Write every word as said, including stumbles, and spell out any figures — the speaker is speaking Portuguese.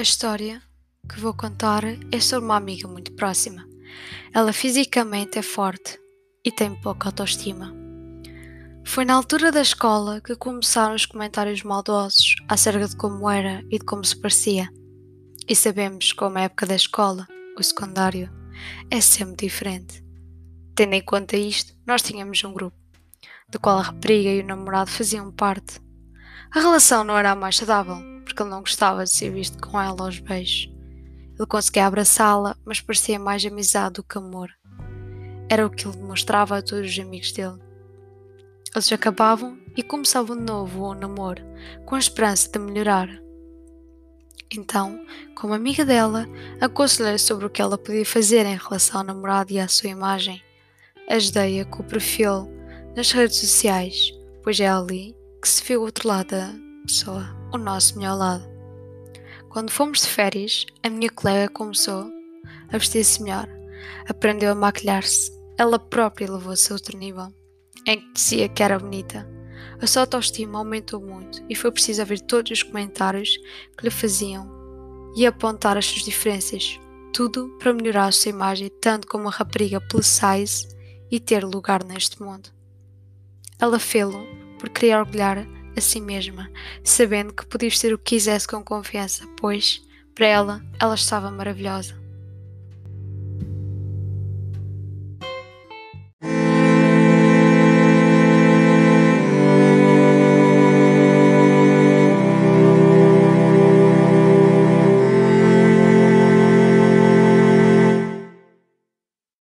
A história que vou contar é sobre uma amiga muito próxima. Ela fisicamente é forte e tem pouca autoestima. Foi na altura da escola que começaram os comentários maldosos acerca de como era e de como se parecia. E sabemos como a época da escola, o secundário, é sempre diferente. Tendo em conta isto, nós tínhamos um grupo, do qual a rapariga e o namorado faziam parte. A relação não era a mais saudável, porque ele não gostava de ser visto com ela aos beijos. Ele conseguia abraçá-la, mas parecia mais amizade do que amor. Era o que ele demonstrava a todos os amigos dele. Eles acabavam e começavam de novo o namoro, com a esperança de melhorar. Então, como amiga dela, aconselhei sobre o que ela podia fazer em relação ao namorado e à sua imagem. Ajudei-a com o perfil nas redes sociais, pois é ali que se vê o outro lado da pessoa, o nosso melhor lado. Quando fomos de férias, a minha colega começou a vestir-se melhor, aprendeu a maquilhar-se, ela própria levou-se a outro nível, em que dizia que era bonita. A sua autoestima aumentou muito e foi preciso ouvir todos os comentários que lhe faziam e apontar as suas diferenças, tudo para melhorar a sua imagem tanto como uma rapariga plus size e ter lugar neste mundo. Ela fê-lo por querer orgulhar a si mesma, sabendo que podia vestir o que quisesse com confiança, pois, para ela, ela estava maravilhosa.